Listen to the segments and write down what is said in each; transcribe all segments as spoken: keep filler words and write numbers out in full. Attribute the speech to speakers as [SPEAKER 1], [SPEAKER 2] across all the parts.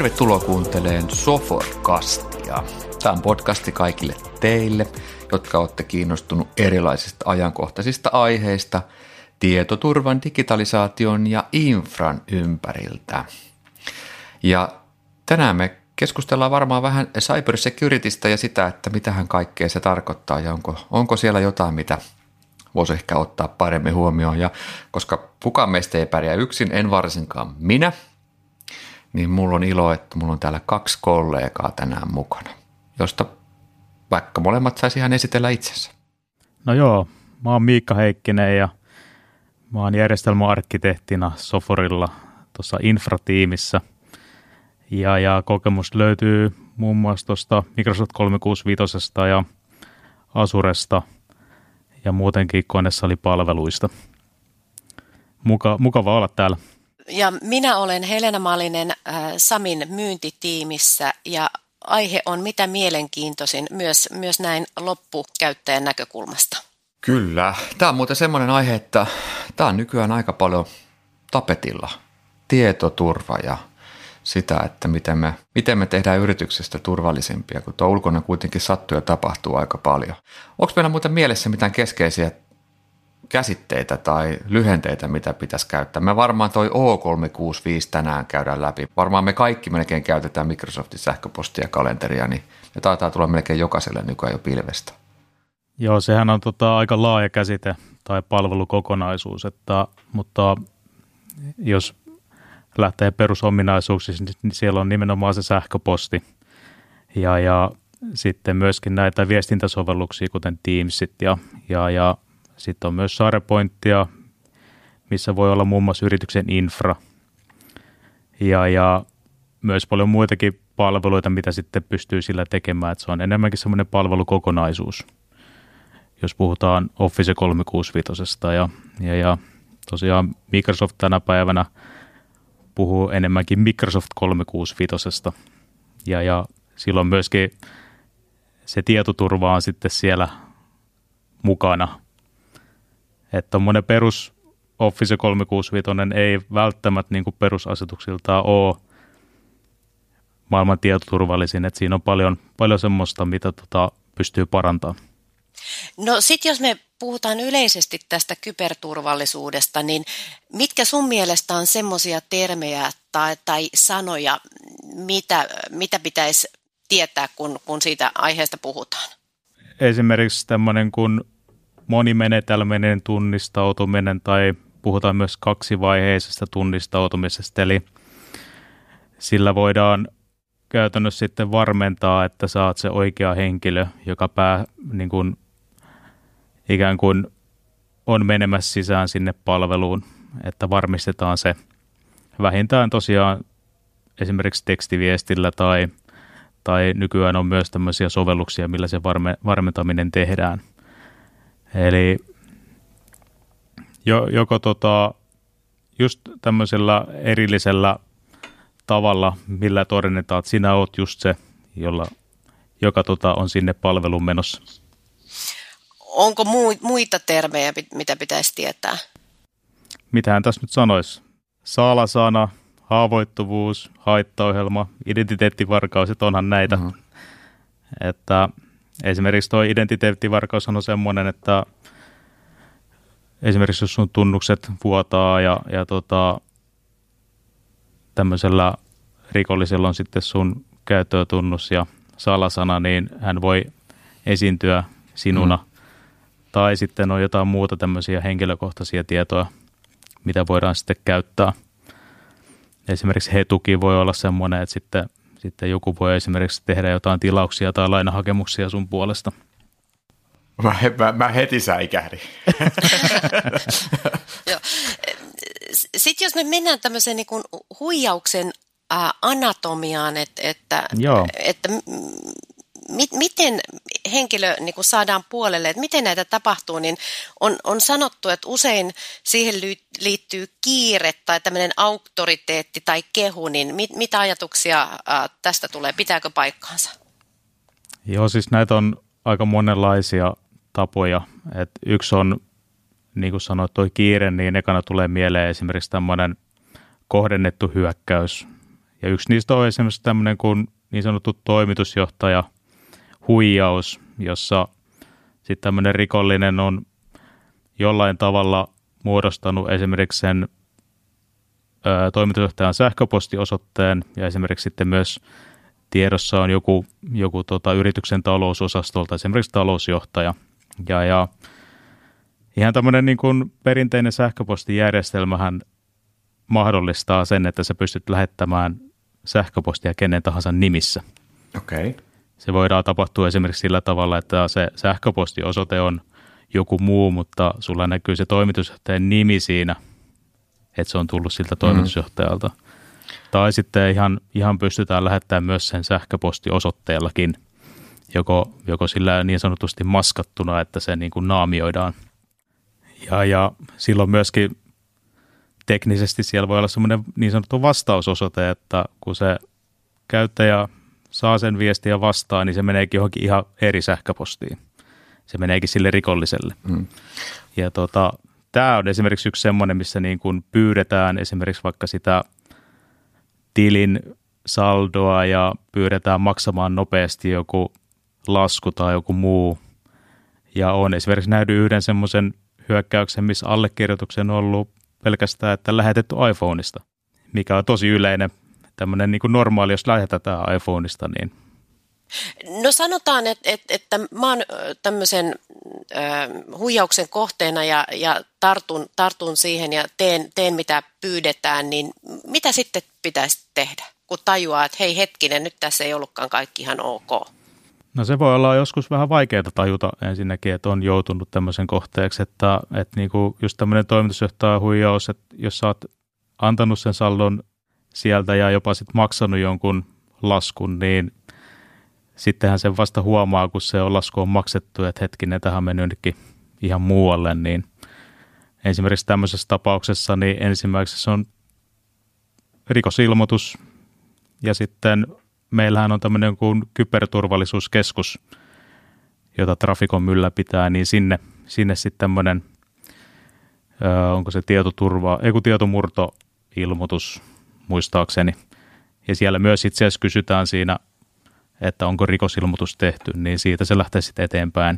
[SPEAKER 1] Tervetuloa kuuntelemaan Soforcastia. Tämä on podcasti kaikille teille, jotka olette kiinnostunut erilaisista ajankohtaisista aiheista tietoturvan, digitalisaation ja infran ympäriltä. Ja tänään me keskustellaan varmaan vähän cybersecuritystä ja sitä, että mitähän kaikkea se tarkoittaa ja onko, onko siellä jotain, mitä voisi ehkä ottaa paremmin huomioon. Ja koska kukaan meistä ei pärjää yksin, en varsinkaan minä, niin mulla on ilo, että mulla on täällä kaksi kollegaa tänään mukana, josta vaikka molemmat saisi ihan esitellä itsensä.
[SPEAKER 2] No joo, mä oon Miikka Heikkinen ja mä oon järjestelmäarkkitehtina Soforilla tuossa infratiimissä. Ja, ja kokemus löytyy muun muassa tuosta Microsoft kolmesataakuusikymmentäviisi ja Azuresta ja muutenkin konesalipalveluista. Muka, mukava olla täällä.
[SPEAKER 3] Ja minä olen Helena Malinen äh, Samin myyntitiimissä ja aihe on mitä mielenkiintoisin myös, myös näin loppukäyttäjän näkökulmasta.
[SPEAKER 1] Kyllä. Tämä on muuten semmoinen aihe, että tämä on nykyään aika paljon tapetilla. Tietoturva ja sitä, että miten me, miten me tehdään yrityksestä turvallisempia, kun tuo ulkona kuitenkin sattuu ja tapahtuu aika paljon. Onko meillä muuten mielessä mitään keskeisiä käsitteitä tai lyhenteitä, mitä pitäisi käyttää? Me varmaan toi O kolmesataakuusikymmentäviisi tänään käydään läpi. Varmaan me kaikki melkein käytetään Microsoftin sähköpostia ja kalenteria, niin ne taitaa tulla melkein jokaiselle nykyään jo pilvestä.
[SPEAKER 2] Joo, sehän on tota aika laaja käsite tai palvelukokonaisuus, että, mutta jos lähtee perusominaisuuksissa, niin siellä on nimenomaan se sähköposti ja, ja sitten myöskin näitä viestintäsovelluksia, kuten Teamsit ja, ja, ja sitten on myös SharePointia, missä voi olla muun muassa yrityksen infra ja, ja myös paljon muitakin palveluita, mitä sitten pystyy sillä tekemään, että se on enemmänkin semmoinen palvelukokonaisuus, jos puhutaan Office kolmesataakuusikymmentäviisi ja, ja, ja tosiaan Microsoft tänä päivänä puhuu enemmänkin Microsoft kolmesataakuusikymmentäviisi ja, ja silloin myöskin se tietoturva on sitten siellä mukana. Että tuommoinen perus Office kolmesataakuusikymmentäviisi ei välttämättä niin kuin perusasetuksiltaan ole maailman tietoturvallisin, että siinä on paljon, paljon semmoista, mitä tota pystyy parantamaan.
[SPEAKER 3] No sitten jos me puhutaan yleisesti tästä kyberturvallisuudesta, niin mitkä sun mielestä on semmoisia termejä tai, tai sanoja, mitä, mitä pitäisi tietää, kun, kun siitä aiheesta puhutaan?
[SPEAKER 2] Esimerkiksi tämmöinen kuin monimenetelminen tunnistautuminen tai puhutaan myös kaksivaiheisesta tunnistautumisesta, eli sillä voidaan käytännössä sitten varmentaa, että sä oot se oikea henkilö, joka pää, niin kuin, ikään kuin on menemässä sisään sinne palveluun, että varmistetaan se vähintään tosiaan esimerkiksi tekstiviestillä tai, tai nykyään on myös tämmöisiä sovelluksia, millä se varme, varmentaminen tehdään. Eli jo, joko tota, just tämmöisellä erillisellä tavalla, millä todennetaan, että sinä oot just se, jolla, joka tota, on sinne palveluun menossa.
[SPEAKER 3] Onko muita termejä, mitä pitäisi tietää?
[SPEAKER 2] Mitähän tässä nyt sanoisi? Salasana, haavoittuvuus, haittaohjelma, identiteettivarkaus, että onhan näitä. Mm-hmm. Että esimerkiksi tuo identiteettivarkaus on semmoinen, että esimerkiksi jos sun tunnukset vuotaa ja, ja tota, tämmöisellä rikollisella on sitten sun käyttötunnus ja salasana, niin hän voi esiintyä sinuna. Mm. Tai sitten on jotain muuta tämmöisiä henkilökohtaisia tietoja, mitä voidaan sitten käyttää. Esimerkiksi He-tuki voi olla semmoinen, että sitten, sitten joku voi esimerkiksi tehdä jotain tilauksia tai lainahakemuksia sun puolesta.
[SPEAKER 1] Mä, mä, mä heti säikähdin.
[SPEAKER 3] Sitten jos me mennään tämmöiseen niin kuin huijauksen ää, anatomiaan, että, että, että mit, miten henkilö niin kuin saadaan puolelle, että miten näitä tapahtuu, niin on, on sanottu, että usein siihen liittyy kiire tai tämmöinen auktoriteetti tai kehu, niin mit, mitä ajatuksia ää, tästä tulee, pitääkö paikkaansa?
[SPEAKER 2] Joo, siis näitä on aika monenlaisia tapoja. Et yksi on, niin kuin sanoit, tuo kiire, niin ekana tulee mieleen esimerkiksi tämmöinen kohdennettu hyökkäys, Ja yksi niistä on esimerkiksi tämmöinen kuin niin sanottu toimitusjohtaja huijaus, jossa sitten tämmöinen rikollinen on jollain tavalla muodostanut esimerkiksi sen ö, toimitusjohtajan sähköpostiosoitteen ja esimerkiksi sitten myös tiedossa on joku, joku tota, yrityksen talousosastolta, esimerkiksi talousjohtaja. Ja, ja ihan tämmöinen niin kuin perinteinen sähköpostijärjestelmähän mahdollistaa sen, että sä pystyt lähettämään sähköpostia kenen tahansa nimissä.
[SPEAKER 1] Okei. Okay.
[SPEAKER 2] Se voidaan tapahtua esimerkiksi sillä tavalla, että se sähköpostiosoite on joku muu, mutta sulla näkyy se toimitusjohtajan nimi siinä, että se on tullut siltä toimitusjohtajalta. Mm. Tai sitten ihan, ihan pystytään lähettämään myös sen sähköpostiosoitteellakin, joko, joko sillä niin sanotusti maskattuna, että se niin kuin naamioidaan. Ja, ja silloin myöskin teknisesti siellä voi olla semmoinen niin sanottu vastausosoite, että kun se käyttäjä saa sen viestiä vastaan, niin se meneekin johonkin ihan eri sähköpostiin. Se meneekin sille rikolliselle. Mm. Ja tota, tämä on esimerkiksi yksi semmoinen, missä niin kuin pyydetään esimerkiksi vaikka sitä tilin saldoa ja pyydetään maksamaan nopeasti joku lasku tai joku muu. Ja on esimerkiksi nähnyt yhden semmoisen hyökkäyksen, missä allekirjoituksen on ollut pelkästään, että lähetetty iPhoneista, mikä on tosi yleinen. Tämmöinen niin kuin normaali, jos lähetetään iPhoneista, niin...
[SPEAKER 3] No sanotaan, että, että, että mä oon tämmöisen äh, huijauksen kohteena ja, ja tartun, tartun siihen ja teen, teen mitä pyydetään, niin mitä sitten pitäisi tehdä, kun tajuaa, että hei hetkinen, nyt tässä ei ollutkaan kaikki ihan ok?
[SPEAKER 2] No se voi olla joskus vähän vaikeaa tajuta ensinnäkin, että on joutunut tämmöisen kohteeksi, että, että niinku just tämmöinen toimitusjohtaja huijaus, että jos sä oot antanut sen saldon sieltä ja jopa sitten maksanut jonkun laskun, niin sittenhän sen vasta huomaa, kun se on lasku on maksettu, että hetkinen, tähän on mennytkin ihan muualle, niin esimerkiksi tämmöisessä tapauksessa niin ensimmäiseksi on rikosilmoitus ja sitten meillähän on tämmöinen kuin kyberturvallisuuskeskus, jota Traficom ylläpitää, niin sinne, sinne sitten tämmöinen, onko se tietoturva, ei kun tietomurtoilmoitus muistaakseni. Ja siellä myös itse asiassa kysytään siinä, että onko rikosilmoitus tehty, niin siitä se lähtee sitten eteenpäin.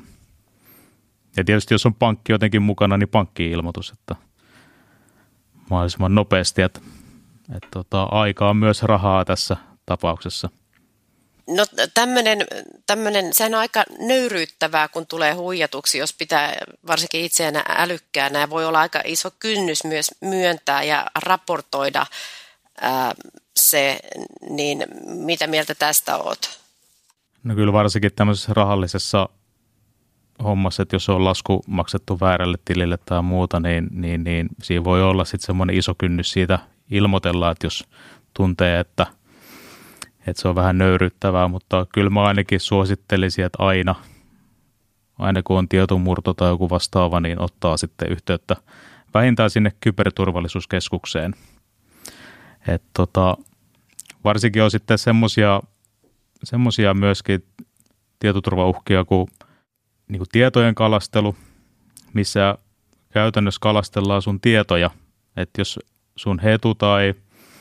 [SPEAKER 2] Ja tietysti jos on pankki jotenkin mukana, niin pankki-ilmoitus, että mahdollisimman nopeasti, että, että tota, aika on myös rahaa tässä tapauksessa.
[SPEAKER 3] No tämmöinen, tämmöinen, sehän on aika nöyryyttävää, kun tulee huijatuksi, jos pitää varsinkin itseään älykkäänä ja voi olla aika iso kynnys myös myöntää ja raportoida ää, se, niin mitä mieltä tästä oot?
[SPEAKER 2] No kyllä varsinkin tämmöisessä rahallisessa hommassa, että jos on lasku maksettu väärälle tilille tai muuta, niin, niin, niin siinä voi olla sitten semmoinen iso kynnys siitä ilmoitella, että jos tuntee, että Että se on vähän nöyryyttävää, mutta kyllä mä ainakin suosittelisin, että aina, aina kun on tietomurto tai joku vastaava, niin ottaa sitten yhteyttä vähintään sinne kyberturvallisuuskeskukseen. Et tota, varsinkin on sitten semmoisia semmoisia myöskin tietoturvauhkia kuin, niin kuin tietojen kalastelu, missä käytännössä kalastellaan sun tietoja. Että jos sun hetu tai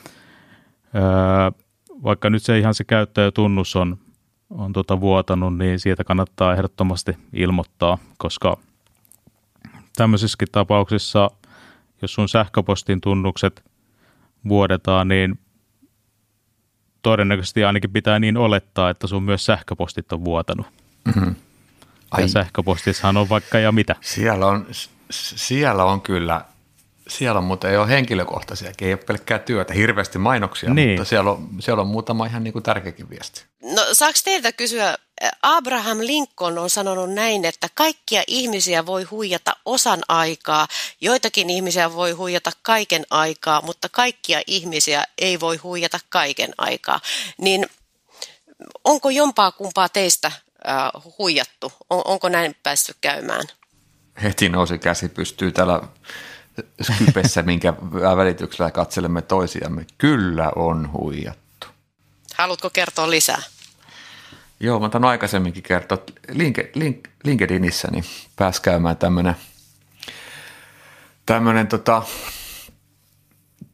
[SPEAKER 2] ää, vaikka nyt se ihan se käyttäjätunnus on, on tota vuotanut, niin siitä kannattaa ehdottomasti ilmoittaa, koska tämmöisissäkin tapauksissa, jos sun sähköpostin tunnukset vuodetaan, niin todennäköisesti ainakin pitää niin olettaa, että sun myös sähköpostit on vuotanut. Mm-hmm. Ja sähköpostissahan on vaikka ja mitä.
[SPEAKER 1] Siellä on, siellä on kyllä... Siellä on, mutta ei ole henkilökohtaisiakin, ei ole pelkkää työtä, hirveästi mainoksia, niin. Mutta siellä on, siellä on muutama ihan niin kuin tärkeäkin viesti.
[SPEAKER 3] No saako teiltä kysyä, Abraham Lincoln on sanonut näin, että kaikkia ihmisiä voi huijata osan aikaa, joitakin ihmisiä voi huijata kaiken aikaa, mutta kaikkia ihmisiä ei voi huijata kaiken aikaa. Niin onko jompaa kumpaa teistä äh, huijattu? On, onko näin päässyt käymään?
[SPEAKER 1] Heti nousi käsi pystyy täällä Skypessä, minkä välityksellä katselemme toisiamme. Kyllä on huijattu.
[SPEAKER 3] Haluatko kertoa lisää?
[SPEAKER 1] Joo, mä oon aikaisemminkin kertoa. Link, link, LinkedInissä niin pääsi käymään tämmöinen tämmöinen tota,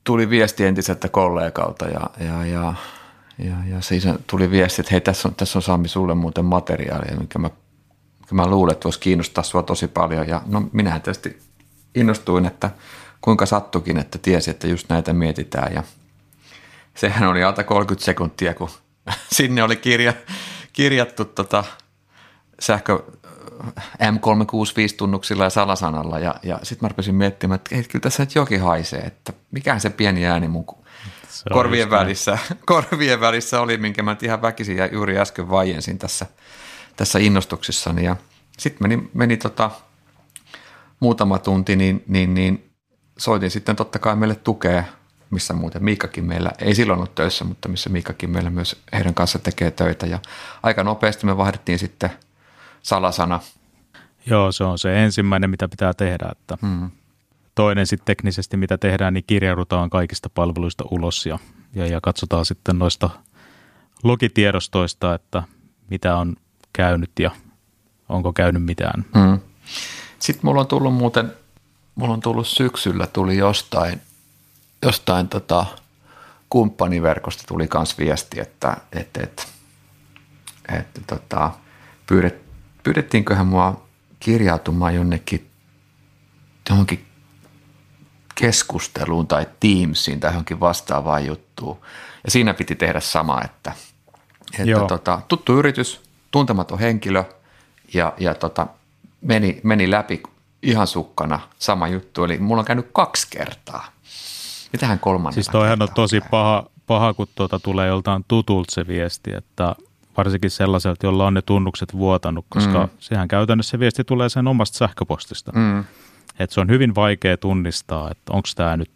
[SPEAKER 1] tuli viesti entiseltä kollegalta ja, ja, ja, ja, ja siinä tuli viesti, että hei, tässä on, tässä on Sami sulle muuten materiaalia, mikä mä, mikä mä luulen, että voisi kiinnostaa sua tosi paljon. Ja no minähän tietysti innostuin, että kuinka sattukin, että tiesi, että just näitä mietitään. Ja sehän oli alta kolmekymmentä sekuntia, kun sinne oli kirja, kirjattu tota sähkö M kolmesataakuusikymmentäviisi tunnuksilla ja salasanalla. Ja, ja sitten mä rupesin miettimään, että hei, kyllä tässä nyt jokin haisee, että mikähän se pieni ääni mun korvien välissä, korvien välissä oli, minkä mä ihan väkisin ja juuri äsken vaiensin tässä, tässä innostuksissani. Ja sitten meni, meni tota, muutama tunti, niin, niin, niin soitin sitten totta kai meille tukea, missä muuten Miikkakin meillä, ei silloin ole töissä, mutta missä Miikkakin meillä myös heidän kanssa tekee töitä. Ja aika nopeasti me vaihdettiin sitten salasana.
[SPEAKER 2] Joo, se on se ensimmäinen, mitä pitää tehdä. Että hmm. Toinen sitten teknisesti, mitä tehdään, niin kirjaudutaan kaikista palveluista ulos ja, ja, ja katsotaan sitten noista logitiedostoista, että mitä on käynyt ja onko käynyt mitään.
[SPEAKER 1] Hmm. Sitten mulla on tullut muuten, mulla on tullut syksyllä, tuli jostain, jostain tota, kumppaniverkosta tuli kans viesti, että et, et, et, tota, pyydet, pyydettiinköhän mua kirjautumaan jonnekin johonkin keskusteluun tai Teamsiin tai johonkin vastaavaan juttuun. Ja siinä piti tehdä sama, että, että tota, tuttu yritys, tuntematon henkilö ja, ja tota, meni, meni läpi ihan sukkana sama juttu. Eli mulla on käynyt kaksi kertaa. Mitähän kolmannella
[SPEAKER 2] Siis toihan on tosi paha, paha, kun tuota tulee joltain tutulta se viesti, että varsinkin sellaiselta, jolla on ne tunnukset vuotanut, koska mm. sehän käytännössä se viesti tulee sen omasta sähköpostista. Mm. Että se on hyvin vaikea tunnistaa, että onko tämä nyt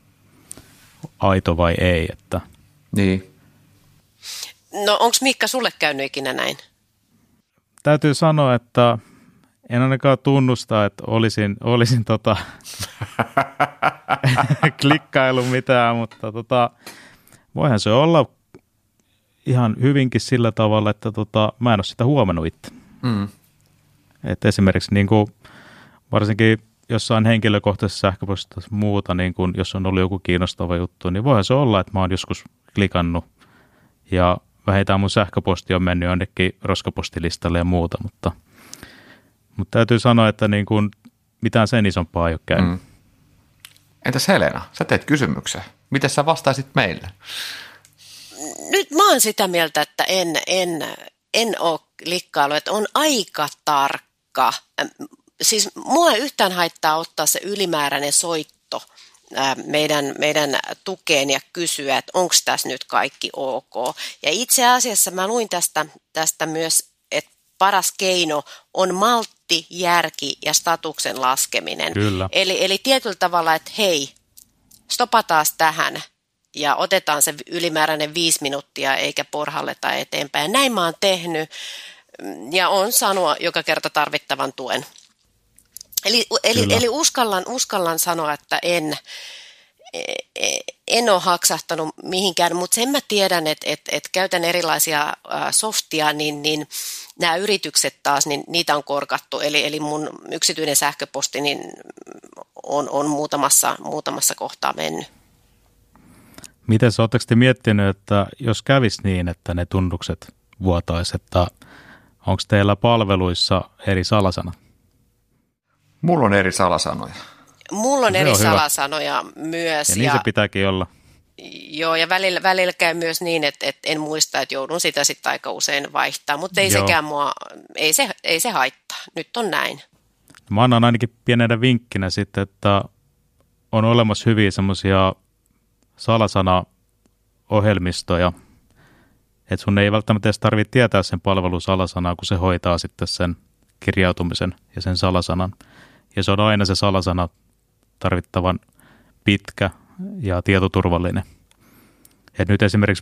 [SPEAKER 2] aito vai ei. Että.
[SPEAKER 1] Niin.
[SPEAKER 3] No onko Miikka sulle käynyt ikinä näin?
[SPEAKER 2] Täytyy sanoa, että en ainakaan tunnusta, että olisin, olisin tota klikkaillut mitään, mutta tota, voihan se olla ihan hyvinkin sillä tavalla, että tota, mä en ole sitä huomannut itse. Mm. Että esimerkiksi niin kuin, varsinkin jossain henkilökohtaisessa sähköpostissa muuta, niin kuin, jos on ollut joku kiinnostava juttu, niin voihan se olla, että mä oon joskus klikannut ja vähintään mun sähköposti on mennyt jonnekin roskapostilistalle ja muuta, mutta, mutta täytyy sanoa, että niin kuin, mitään sen isompaa ei ole käynyt. Mm.
[SPEAKER 1] Entäs Helena, sä teet kysymyksen. Miten sä vastaisit meille?
[SPEAKER 3] Nyt mä oon sitä mieltä, että en, en, en ole klikkailu, että on aika tarkka. Siis mua ei yhtään haittaa ottaa se ylimääräinen soitto meidän, meidän tukeen ja kysyä, että onko tässä nyt kaikki ok. Ja itse asiassa mä luin tästä, tästä myös, että paras keino on maltti, järki ja statuksen laskeminen.
[SPEAKER 2] Kyllä.
[SPEAKER 3] Eli, eli tietyllä tavalla, että hei, stopataan tähän ja otetaan se ylimääräinen viisi minuuttia eikä porhalleta eteenpäin. Näin mä oon tehnyt ja on sanoa joka kerta tarvittavan tuen. Eli, eli, eli uskallan, uskallan sanoa, että en, en ole haksahtanut mihinkään, mutta sen mä tiedän, että, että, että käytän erilaisia softia, niin, niin nämä yritykset taas, niin niitä on korkattu. Eli, eli mun yksityinen sähköposti niin on, on muutamassa, muutamassa kohtaa mennyt.
[SPEAKER 2] Miten sä ootteko te miettinyt, että jos kävisi niin, että ne tunnukset vuotaisi, että onko teillä palveluissa eri salasanat?
[SPEAKER 1] Mulla on eri salasanoja.
[SPEAKER 3] Mulla on se eri on salasanoja myös.
[SPEAKER 2] Ja niin ja, se pitääkin olla.
[SPEAKER 3] Joo, ja välillä, välillä käy myös niin, että, että en muista, että joudun sitä sitten aika usein vaihtaa, mutta ei joo. sekään mua, ei se, ei se haittaa. Nyt on näin.
[SPEAKER 2] Mä annan ainakin pienenä vinkkinä sitten, että on olemassa hyviä semmoisia salasana-ohjelmistoja, että sun ei välttämättä edes tarvitse tietää sen palvelun salasanaa, kun se hoitaa sitten sen kirjautumisen ja sen salasanan. Ja se on aina se salasana tarvittavan pitkä ja tietoturvallinen. Et nyt esimerkiksi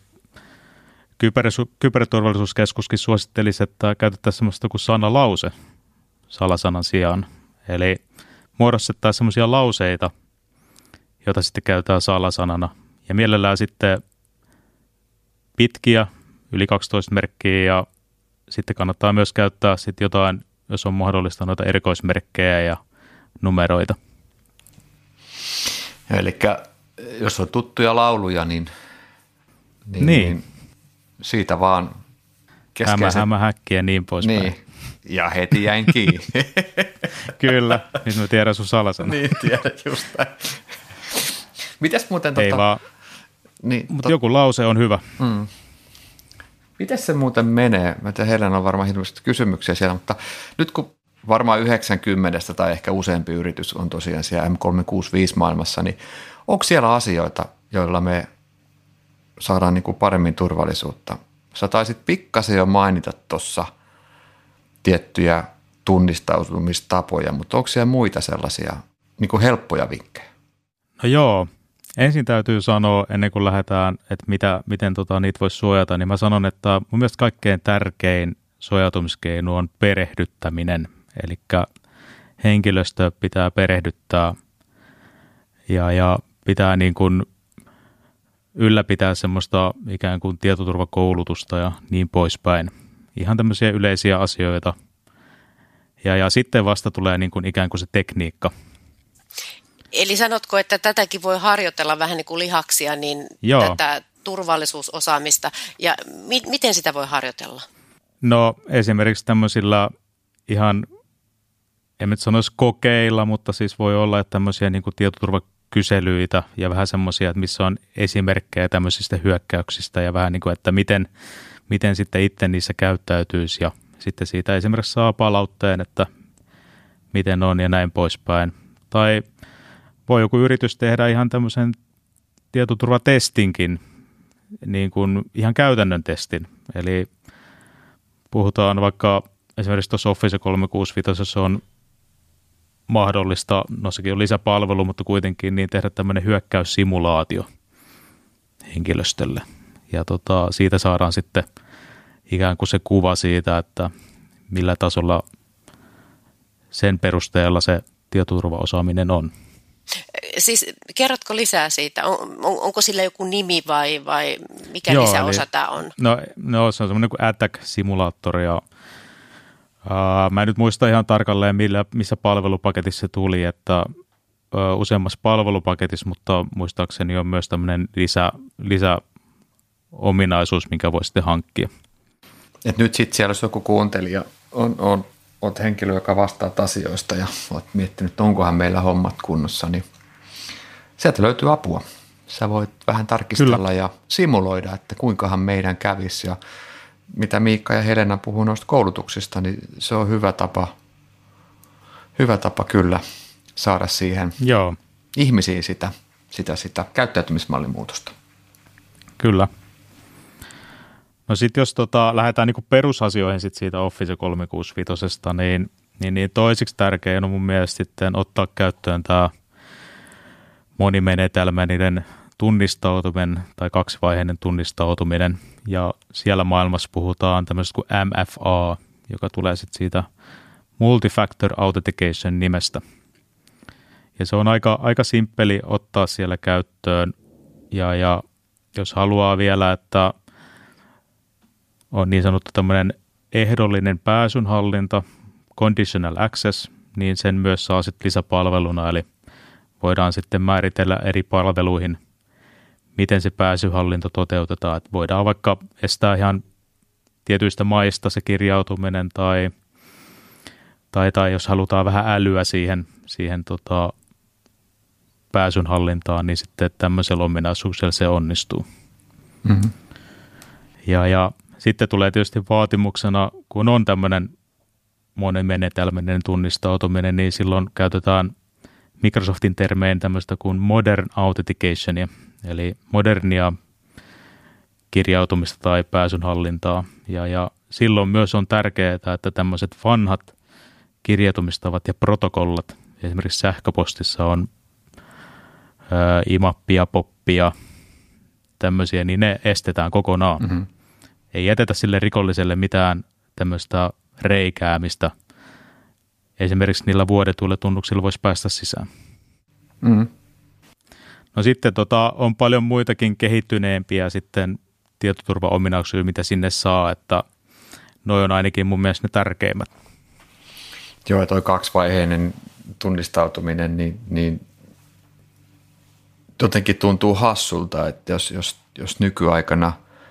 [SPEAKER 2] Kyberturvallisuuskeskuskin suosittelisi, että käytettäisiin sellaista kuin sanalause salasanan sijaan. Eli muodostettaisiin sellaisia lauseita, joita sitten käytetään salasanana. Ja mielellään sitten pitkiä, yli kaksitoista merkkiä, ja sitten kannattaa myös käyttää sitten jotain, jos on mahdollista, noita erikoismerkkejä ja numeroita.
[SPEAKER 1] Eli jos on tuttuja lauluja, niin, niin,
[SPEAKER 2] niin.
[SPEAKER 1] niin siitä vaan
[SPEAKER 2] keskeisen... Hämä, hämä, häkki ja niin poispäin.
[SPEAKER 1] Niin, ja heti jäin kiinni.
[SPEAKER 2] Kyllä, nyt mä tiedän sun salasen.
[SPEAKER 1] Niin, tiedän just näin. Mites muuten...
[SPEAKER 2] Ei
[SPEAKER 1] tota...
[SPEAKER 2] vaan,
[SPEAKER 1] niin,
[SPEAKER 2] mutta
[SPEAKER 1] tot...
[SPEAKER 2] joku lause on hyvä.
[SPEAKER 1] Mm. Mites se muuten menee? Mä tiedän, Helena on varmaan hirveästi kysymyksiä siellä, mutta nyt kun varmaan yhdeksänkymmentä tai ehkä useampi yritys on tosiaan siellä M kolmesataakuusikymmentäviisi maailmassa, niin onko siellä asioita, joilla me saadaan niin kuin paremmin turvallisuutta? Sä taisit pikkasen jo mainita tuossa tiettyjä tunnistautumistapoja, mutta onko siellä muita sellaisia niin kuin helppoja vinkkejä?
[SPEAKER 2] No joo. Ensin täytyy sanoa, ennen kuin lähdetään, että mitä, miten tota, niitä voisi suojata, niin mä sanon, että mun mielestä kaikkein tärkein suojautumiskeino on perehdyttäminen. Eli henkilöstö pitää perehdyttää ja, ja pitää niin kuin ylläpitää semmoista ikään kuin tietoturvakoulutusta ja niin poispäin. Ihan tämmöisiä yleisiä asioita. Ja, ja sitten vasta tulee niin kuin ikään kuin se tekniikka.
[SPEAKER 3] Eli sanotko, että tätäkin voi harjoitella vähän niin kuin lihaksia, niin
[SPEAKER 2] Joo.
[SPEAKER 3] tätä turvallisuusosaamista. Ja mi- miten sitä voi harjoitella?
[SPEAKER 2] No esimerkiksi tämmöisillä ihan, en nyt sanoisi kokeilla, mutta siis voi olla, että tämmöisiä niin kuin tietoturvakyselyitä ja vähän semmoisia, että missä on esimerkkejä tämmöisistä hyökkäyksistä ja vähän niin kuin, että miten, miten sitten itse niissä käyttäytyisi ja sitten siitä esimerkiksi saa palautteen, että miten on ja näin poispäin. Tai voi joku yritys tehdä ihan tämmöisen tietoturvatestinkin, niin kuin ihan käytännön testin. Eli puhutaan vaikka esimerkiksi tuossa Office kolmesataakuusikymmentäviisi on mahdollista, no sekin on lisäpalvelu, mutta kuitenkin niin tehdä tämmöinen hyökkäyssimulaatio henkilöstölle. Ja tota, siitä saadaan sitten ikään kuin se kuva siitä, että millä tasolla sen perusteella se tietoturvaosaaminen on.
[SPEAKER 3] Siis kerrotko lisää siitä? On, on, onko sillä joku nimi vai, vai mikä
[SPEAKER 2] Joo,
[SPEAKER 3] lisäosa
[SPEAKER 2] eli,
[SPEAKER 3] tämä on?
[SPEAKER 2] No, no se on semmoinen kuin Attack-simulaattori ja uh, mä en nyt muista ihan tarkalleen millä, missä palvelupaketissa se tuli, että uh, useammassa palvelupaketissa, mutta muistaakseni on myös tämmöinen lisä, lisäominaisuus, minkä voi sitten hankkia.
[SPEAKER 1] Et nyt sitten siellä, jos joku kuuntelija on, on olet henkilö, joka vastaa asioista ja olet miettinyt, onkohan meillä hommat kunnossa, niin sieltä löytyy apua. Sä voit vähän tarkistella Kyllä. ja simuloida, että kuinkahan meidän kävisi ja mitä Miikka ja Helena puhuu noista koulutuksista, niin se on hyvä tapa, hyvä tapa kyllä saada siihen
[SPEAKER 2] Joo.
[SPEAKER 1] ihmisiin sitä, sitä, sitä käyttäytymismallin muutosta.
[SPEAKER 2] Kyllä. No sitten jos tota, lähdetään niinku perusasioihin sit siitä Office kolmesataakuusikymmentäviisi, niin, niin, niin toiseksi tärkein on mun mielestä sitten ottaa käyttöön tämä monimenetelmä, niiden tunnistautuminen tai kaksivaiheinen tunnistautuminen. Ja siellä maailmassa puhutaan tämmöisestä kuin M F A, joka tulee sitten siitä Multi-Factor Authentication nimestä. Ja se on aika, aika simppeli ottaa siellä käyttöön. Ja, ja jos haluaa vielä, että on niin sanottu tämmöinen ehdollinen pääsynhallinta, conditional access, niin sen myös saa sitten lisäpalveluna, eli voidaan sitten määritellä eri palveluihin, miten se pääsyhallinto toteutetaan. Että voidaan vaikka estää ihan tietyistä maista se kirjautuminen, tai, tai, tai jos halutaan vähän älyä siihen, siihen tota pääsynhallintaan, niin sitten tämmöisellä ominaisuuksella se onnistuu. Mm-hmm. Ja, ja sitten tulee tietysti vaatimuksena, kun on tämmöinen monimenetelminen tunnistautuminen, niin silloin käytetään Microsoftin termein tämmöistä kuin modern authenticationia, eli modernia kirjautumista tai pääsynhallintaa. Ja, ja silloin myös on tärkeää, että tämmöiset vanhat kirjautumistavat ja protokollat, esimerkiksi sähköpostissa on ää, imappia, poppia, tämmöisiä, niin ne estetään kokonaan. Mm-hmm. Ei jätetä sille rikolliselle mitään tämmöistä reikäämistä. Esimerkiksi niillä vuodetuilla tunnuksilla voisi päästä sisään. Mm. No sitten tota, on paljon muitakin kehittyneempiä sitten tietoturvaominaisuuksia, mitä sinne saa, että noi on ainakin mun mielestä ne tärkeimmät.
[SPEAKER 1] Joo, ja toi kaksivaiheinen tunnistautuminen, niin, niin Jotenkin tuntuu hassulta, että jos, jos, jos nykyaikana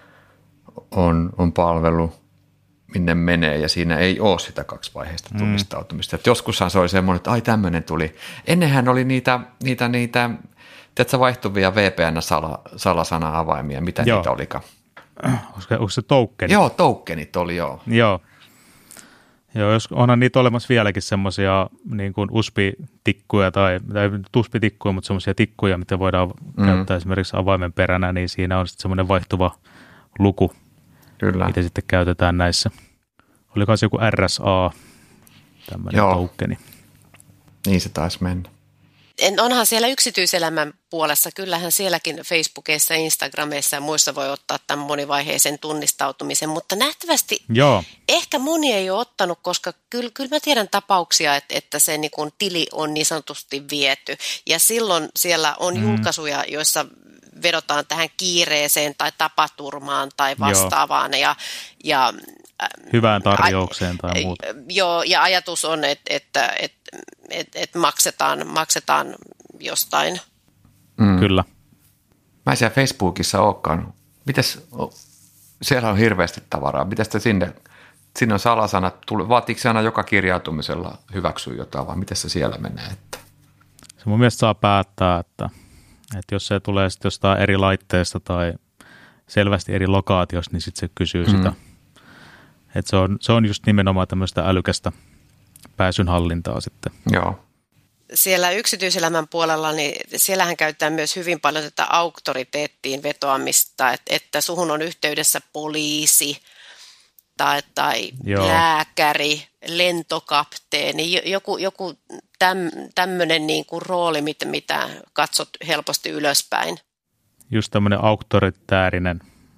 [SPEAKER 1] on, on palvelu, minne menee ja siinä ei ole sitä kaksivaiheista tunnistautumista. Mm. Että joskushan se oli semmoinen, että ai tämmöinen tuli. Ennenhän oli niitä, niitä, niitä tiedätkö, vaihtuvia V P N-salasana-avaimia, mitä joo. niitä olikaan.
[SPEAKER 2] Onko se tokenit?
[SPEAKER 1] Joo, tokenit oli joo.
[SPEAKER 2] Joo. Joo, jos onhan niitä olemassa vieläkin semmoisia niin kuin U S B-tikkuja tai, tai U S B-tikkuja, mutta semmoisia tikkuja, mitä voidaan mm. käyttää esimerkiksi avaimen peränä, niin siinä on sitten semmoinen vaihtuva luku, kyllä. mitä sitten käytetään näissä. Oliko se joku R S A, tämmöinen tokeni?
[SPEAKER 1] Niin se taisi mennä.
[SPEAKER 3] Onhan siellä yksityiselämän puolessa, kyllähän sielläkin Facebookissa, Instagramissa ja muissa voi ottaa tämän monivaiheisen tunnistautumisen, mutta nähtävästi Joo. ehkä moni ei ole ottanut, koska kyllä, kyllä mä tiedän tapauksia, että, että se niin kuin tili on niin sanotusti viety ja silloin siellä on mm. julkaisuja, joissa vedotaan tähän kiireeseen tai tapaturmaan tai vastaavaan ja, ja
[SPEAKER 2] hyvään tarjoukseen tai
[SPEAKER 3] a,
[SPEAKER 2] muuta.
[SPEAKER 3] Joo, ja ajatus on, että, että, että, että, että maksetaan, maksetaan jostain.
[SPEAKER 2] Mm. Kyllä.
[SPEAKER 1] Mä en siellä Facebookissa olekaan. Mites, siellä on hirveästi tavaraa. Mites te sinne, sinne on salasanat, vaatiiko se aina joka kirjautumisella hyväksyä jotain, vai miten se siellä menee? Että?
[SPEAKER 2] Se mun mielestä saa päättää, että, että jos se tulee sitten jostain eri laitteesta tai selvästi eri lokaatiosta, niin sitten se kysyy mm. sitä. Että se on, se on just nimenomaan tämmöistä älykästä pääsynhallintaa sitten.
[SPEAKER 1] Joo.
[SPEAKER 3] Siellä yksityiselämän puolella, niin siellähän käytetään myös hyvin paljon tätä auktoriteettiin vetoamista, että, että suhun on yhteydessä poliisi tai, tai lääkäri, lentokapteeni, joku, joku täm, tämmöinen niin kuin rooli, mitä, mitä katsot helposti ylöspäin.
[SPEAKER 2] Just tämmöinen auktoritäärinen.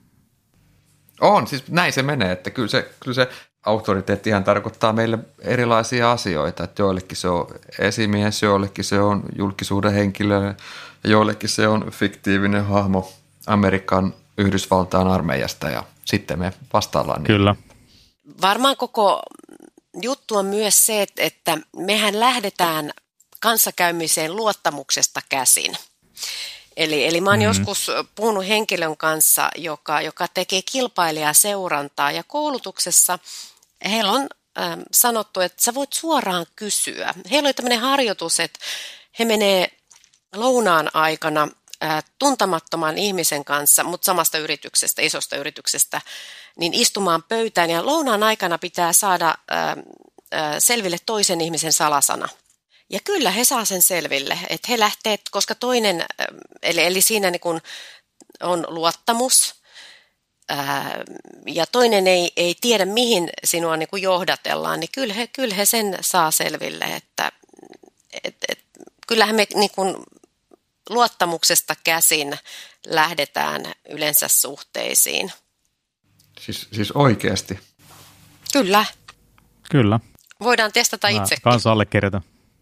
[SPEAKER 1] On, siis näin se menee, että kyllä se, kyllä se auktoriteettihan tarkoittaa meille erilaisia asioita, että joillekin se on esimies, joillekin se on julkisuuden henkilö, ja joillekin se on fiktiivinen hahmo Amerikan Yhdysvaltain armeijasta ja sitten me vastaillaan niin.
[SPEAKER 2] Kyllä.
[SPEAKER 3] Varmaan koko juttu on myös se, että mehän lähdetään kanssakäymiseen luottamuksesta käsin. Eli, eli mä oon mm-hmm. joskus puhunut henkilön kanssa, joka, joka tekee kilpailijaseurantaa ja koulutuksessa heillä on äh, sanottu, että sä voit suoraan kysyä. Heillä oli tämmöinen harjoitus, että he menee lounaan aikana äh, tuntemattoman ihmisen kanssa, mutta samasta yrityksestä, isosta yrityksestä, niin istumaan pöytään ja lounaan aikana pitää saada äh, äh, selville toisen ihmisen salasana. Ja kyllä he saa sen selville, että he lähtee, koska toinen, eli, eli siinä niin kun on luottamus ää, ja toinen ei, ei tiedä mihin sinua niin kun johdatellaan, niin kyllä he, kyllä he sen saa selville, että et, et, kyllähän me niin kun luottamuksesta käsin lähdetään yleensä suhteisiin.
[SPEAKER 1] Siis, siis oikeasti?
[SPEAKER 3] Kyllä.
[SPEAKER 2] Kyllä.
[SPEAKER 3] Voidaan testata
[SPEAKER 2] Mä
[SPEAKER 3] itsekin.
[SPEAKER 2] Kanssa allekirjoitan.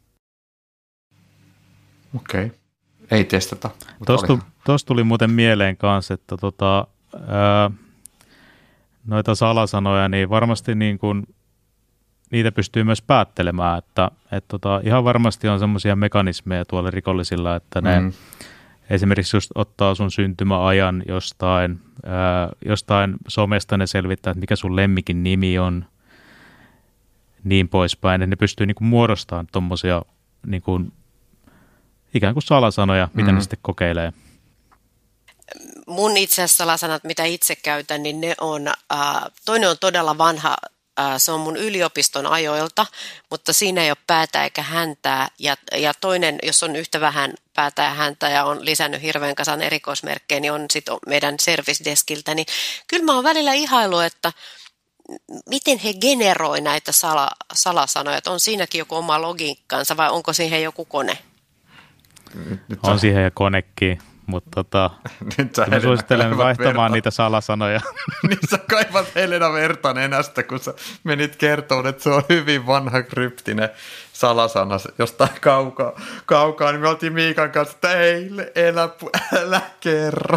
[SPEAKER 1] Okei, okay. Ei testata.
[SPEAKER 2] Tuosta tuli muuten mieleen kanssa, että tota, ää, noita salasanoja, niin varmasti niin kun, niitä pystyy myös päättelemään, että et tota, ihan varmasti on semmoisia mekanismeja tuolla rikollisilla, että ne mm. esimerkiksi just ottaa sun syntymäajan jostain, ää, jostain somesta, ne selvittää, että mikä sun lemmikin nimi on, niin poispäin, että ne pystyy niin kun muodostamaan tommosia niin kun ikään kuin salasanoja, mitä mm. ne sitten kokeilee.
[SPEAKER 3] Mun itse asiassa salasanat, mitä itse käytän, niin ne on, äh, toinen on todella vanha, äh, se on mun yliopiston ajoilta, mutta siinä ei ole päätä eikä häntää. Ja, ja toinen, jos on yhtä vähän päätä ja häntää ja on lisännyt hirveän kasan erikoismerkkejä, niin on sitten meidän service deskiltä. Niin kyllä mä oon välillä ihailu, että miten he generoi näitä sala, salasanoja, että on siinäkin joku oma logiikkansa vai onko siihen joku kone?
[SPEAKER 2] Nyt on siihen ja konekin, mutta tota, mä suosittelen vaihtamaan verta. Niitä salasanoja.
[SPEAKER 1] Niin sä kaivat Helena verta nenästä, kun sä menit kertomaan, että se on hyvin vanha kryptinen salasana jostain kaukaa, kaukaa, niin me oltiin Miikan kanssa, että ei, elä, älä kerro.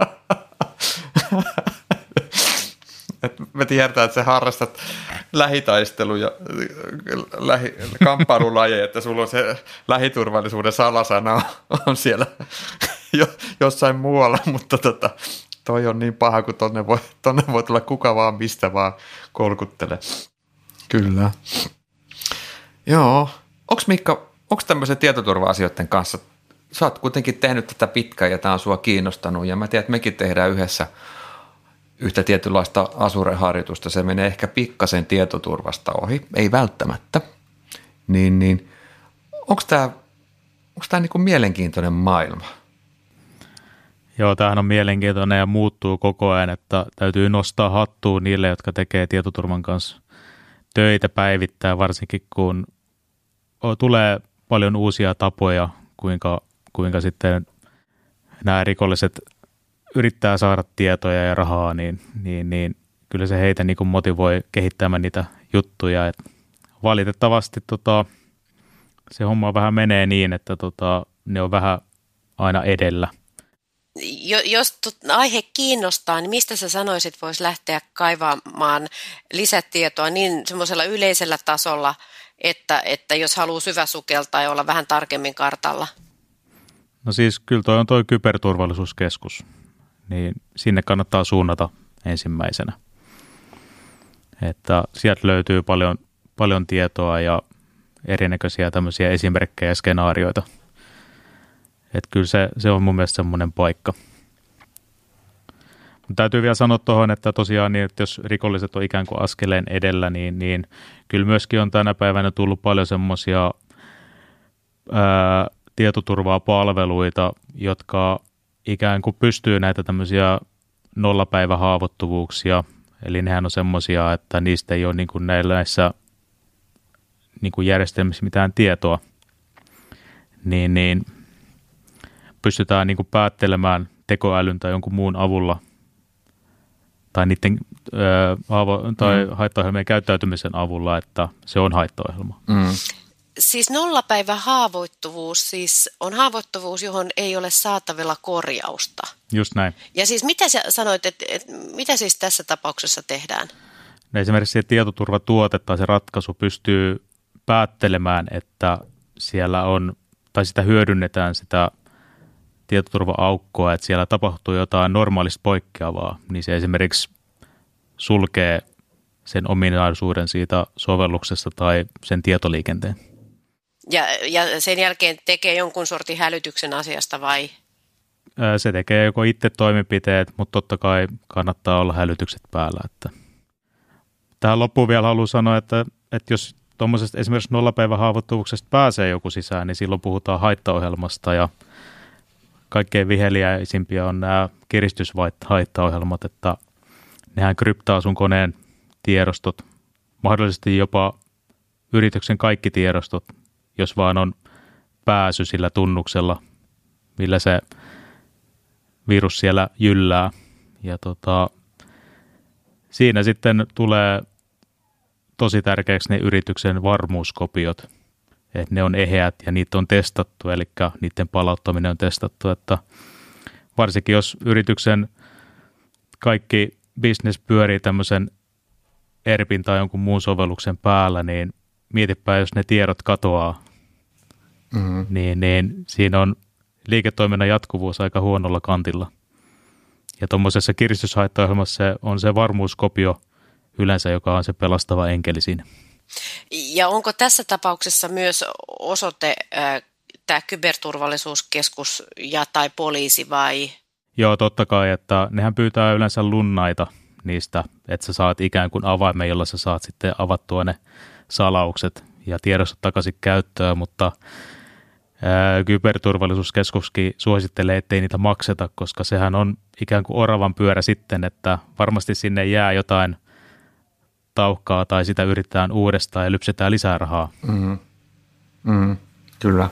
[SPEAKER 1] Et me tiedetään, että sä harrastat lähitaisteluja, lähi, kamppailulajeja, että sulla on se lähiturvallisuuden salasana on siellä jo, jossain muualla, mutta tota, toi on niin paha, kun tonne voi, tonne voi tulla kuka vaan mistä vaan kolkuttele. Kyllä. Joo. Onko Mikka, onko tämmöisen tietoturva-asioiden kanssa, sä oot kuitenkin tehnyt tätä pitkään ja tämä on sua kiinnostanut ja mä tiedän, että mekin tehdään yhdessä yhtä tietynlaista Azure-harjoitusta, se menee ehkä pikkasen tietoturvasta ohi, ei välttämättä, niin, niin onko tämä onko tämä niin kuin mielenkiintoinen maailma?
[SPEAKER 2] Joo, tämähän on mielenkiintoinen ja muuttuu koko ajan, että täytyy nostaa hattua niille, jotka tekee tietoturvan kanssa töitä päivittäin, varsinkin kun tulee paljon uusia tapoja, kuinka, kuinka sitten nämä rikolliset yrittää saada tietoja ja rahaa, niin, niin, niin kyllä se heitä niin kuin motivoi kehittämään niitä juttuja. Et valitettavasti tota, se homma vähän menee niin, että tota, ne on vähän aina edellä.
[SPEAKER 3] Jos aihe kiinnostaa, niin mistä sä sanoisit, voisi lähteä kaivamaan lisätietoa niin semmoisella yleisellä tasolla, että, että jos haluaa syväsukeltaa ja olla vähän tarkemmin kartalla?
[SPEAKER 2] No siis kyllä toi on toi kyberturvallisuuskeskus, niin sinne kannattaa suunnata ensimmäisenä. Että sieltä löytyy paljon, paljon tietoa ja erinäköisiä tämmöisiä esimerkkejä ja skenaarioita. Että kyllä se, se on mun mielestä semmoinen paikka. Mutta täytyy vielä sanoa tuohon, että tosiaan niin, että jos rikolliset on ikään kuin askeleen edellä, niin, niin kyllä myöskin on tänä päivänä tullut paljon semmoisia tietoturvaa palveluita, jotka ikään kuin pystyy näitä tämmöisiä nollapäivähaavoittuvuuksia, eli nehän on semmoisia, että niistä ei ole niin kuin näissä niin kuin järjestelmissä mitään tietoa, niin, niin pystytään niin kuin päättelemään tekoälyn tai jonkun muun avulla tai niiden ää, haavo- tai mm. haittaohjelmien käyttäytymisen avulla, että se on haittaohjelma.
[SPEAKER 3] Mm. Siis nollapäivä haavoittuvuus siis on haavoittuvuus, johon ei ole saatavilla korjausta.
[SPEAKER 2] Just näin.
[SPEAKER 3] Ja siis mitä sä sanoit, että, että mitä siis tässä tapauksessa tehdään?
[SPEAKER 2] No esimerkiksi se tietoturvatuote tai se ratkaisu pystyy päättelemään, että siellä on, tai sitä hyödynnetään sitä tietoturva-aukkoa, että siellä tapahtuu jotain normaalista poikkeavaa, niin se esimerkiksi sulkee sen ominaisuuden siitä sovelluksesta tai sen tietoliikenteen.
[SPEAKER 3] Ja, ja sen jälkeen tekee jonkun sortin hälytyksen asiasta vai?
[SPEAKER 2] Se tekee joko itse toimenpiteet, mutta totta kai kannattaa olla hälytykset päällä. Että. Tähän loppuun vielä haluan sanoa, että, että jos tuommoisesta esimerkiksi nollapäivän haavoittuvuuksesta pääsee joku sisään, niin silloin puhutaan haittaohjelmasta ja kaikkein viheliäisimpiä on nämä kiristyshaittaohjelmat, että nehän kryptaa sun koneen tiedostot, mahdollisesti jopa yrityksen kaikki tiedostot, jos vaan on pääsy sillä tunnuksella, millä se virus siellä jyllää. Ja tota, siinä sitten tulee tosi tärkeäksi ne yrityksen varmuuskopiot, että ne on eheät ja niitä on testattu, eli niiden palauttaminen on testattu, että varsinkin jos yrityksen kaikki business pyörii tämmöisen E R Pin tai jonkun muun sovelluksen päällä, niin mietipä, jos ne tiedot katoaa, mm-hmm. niin, niin siinä on liiketoiminnan jatkuvuus aika huonolla kantilla. Ja tuommoisessa kiristyshaittaohjelmassa on se varmuuskopio yleensä, joka on se pelastava enkeli siinä.
[SPEAKER 3] Ja onko tässä tapauksessa myös osoite äh, tämä kyberturvallisuuskeskus ja tai poliisi vai?
[SPEAKER 2] Joo, totta kai, että nehän pyytää yleensä lunnaita niistä, että sä saat ikään kuin avaimen, jolla sä saat sitten avattua ne salaukset ja tiedostot takaisin käyttöön, mutta ää, kyberturvallisuuskeskuskin suosittelee, ettei niitä makseta, koska sehän on ikään kuin oravan pyörä sitten, että varmasti sinne jää jotain tauhkaa tai sitä yritetään uudestaan ja lypsetään lisää rahaa.
[SPEAKER 1] Mm-hmm. Mm-hmm. Kyllä.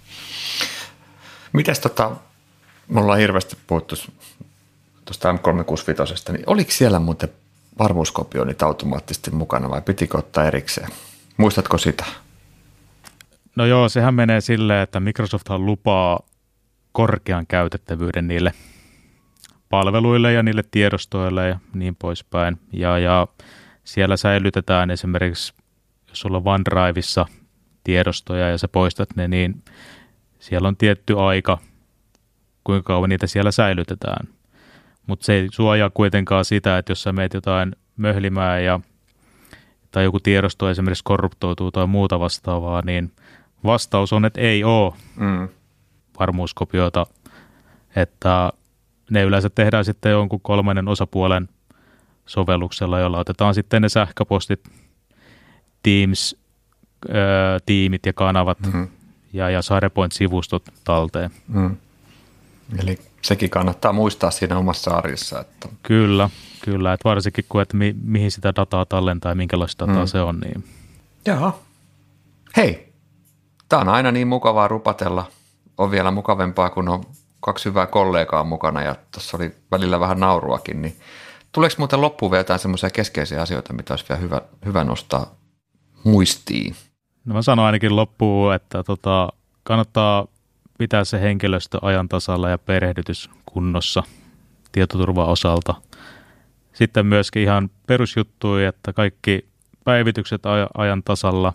[SPEAKER 1] Mites tota, me ollaan hirveästi puhuttu tuosta M kolmesataakuusikymmentäviisi, niin oliko siellä muuten varmuuskopioinnit automaattisesti mukana vai pitikö ottaa erikseen? Muistatko sitä?
[SPEAKER 2] No joo, sehän menee silleen, että Microsofthan lupaa korkean käytettävyyden niille palveluille ja niille tiedostoille ja niin poispäin. Ja, ja siellä säilytetään esimerkiksi, jos sulla on OneDrivessa tiedostoja ja sä poistat ne, niin siellä on tietty aika, kuinka kauan niitä siellä säilytetään. Mutta se ei suojaa kuitenkaan sitä, että jos sä meet jotain möhlimään ja, tai joku tiedosto esimerkiksi korruptoituu tai muuta vastaavaa, niin vastaus on, että ei ole mm. varmuuskopioita, että ne yleensä tehdään sitten jonkun kolmannen osapuolen sovelluksella, jolla otetaan sitten ne sähköpostit, Teams, ää, tiimit ja kanavat mm. ja, ja SharePoint-sivustot talteen.
[SPEAKER 1] Mm. Eli sekin kannattaa muistaa siinä omassa arjessa. Että...
[SPEAKER 2] Kyllä, kyllä. Että varsinkin kun, että mi, mihin sitä dataa tallentaa ja minkälaista dataa mm. se on. Niin...
[SPEAKER 1] Jaha. Hei, tämä on aina niin mukavaa rupatella. On vielä mukavempaa, kun on kaksi hyvää kollegaa mukana ja tuossa oli välillä vähän nauruakin. Niin tuleeko muuten loppuun vielä jotain semmoisia keskeisiä asioita, mitä olisi vielä hyvä, hyvä nostaa muistiin?
[SPEAKER 2] No mä sanon ainakin loppuun, että tota, kannattaa pitää se henkilöstö ajan tasalla ja perehdytys kunnossa tietoturvan osalta. Sitten myöskin ihan perusjuttuja, että kaikki päivitykset ajan tasalla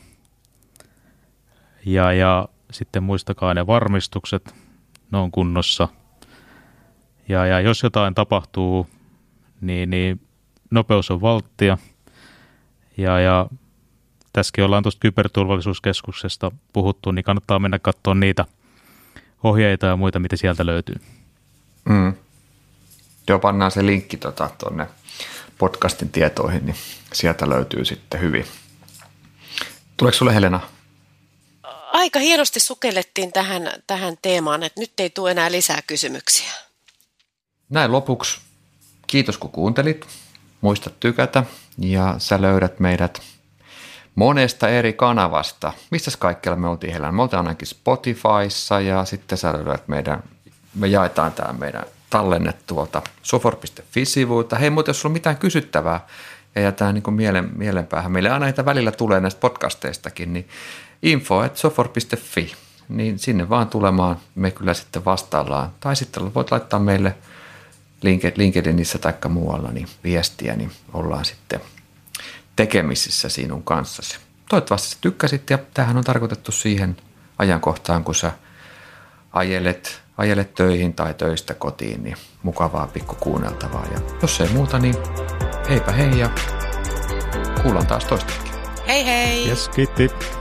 [SPEAKER 2] ja, ja sitten muistakaa ne varmistukset, ne on kunnossa. Ja, ja jos jotain tapahtuu, niin, niin nopeus on valttia. Ja, ja tässäkin ollaan tuosta kyberturvallisuuskeskuksesta puhuttu, niin kannattaa mennä katsoa niitä ohjeita ja muita, mitä sieltä löytyy.
[SPEAKER 1] Mm. Joo, pannaan se linkki tuonne tota, podcastin tietoihin, niin sieltä löytyy sitten hyvin. Tuleeko sulle, Helena?
[SPEAKER 3] Aika hienosti sukellettiin tähän, tähän teemaan, että nyt ei tule enää lisää kysymyksiä. Näin
[SPEAKER 1] lopuksi. Kiitos kun kuuntelit. Muista tykätä ja sä löydät meidät monesta eri kanavasta. Mistäs kaikkialla me oltiin, Helena? Me oltiin ainakin Spotifyssa ja sitten sä löydät meidän, me jaetaan tää meidän tallenne tuolta sofor piste fi-sivuilta. Hei, mutta jos sulla on mitään kysyttävää ja jätään niin kuin mielen, mielenpäähän, meille aina näitä välillä tulee näistä podcasteistakin, niin info at sofor piste fi, niin sinne vaan tulemaan, me kyllä sitten vastaillaan. Tai sitten voit laittaa meille LinkedInissä tai muualla niin viestiä, niin ollaan sitten tekemisissä sinun kanssasi. Toivottavasti sä tykkäsit ja tämähän on tarkoitettu siihen ajankohtaan, kun sä ajelet, ajelet töihin tai töistä kotiin, niin mukavaa pikku kuunneltavaa. Ja jos ei muuta, niin heipä hei ja kuullaan taas toistakin.
[SPEAKER 3] Hei hei!
[SPEAKER 2] Yes, kiitti!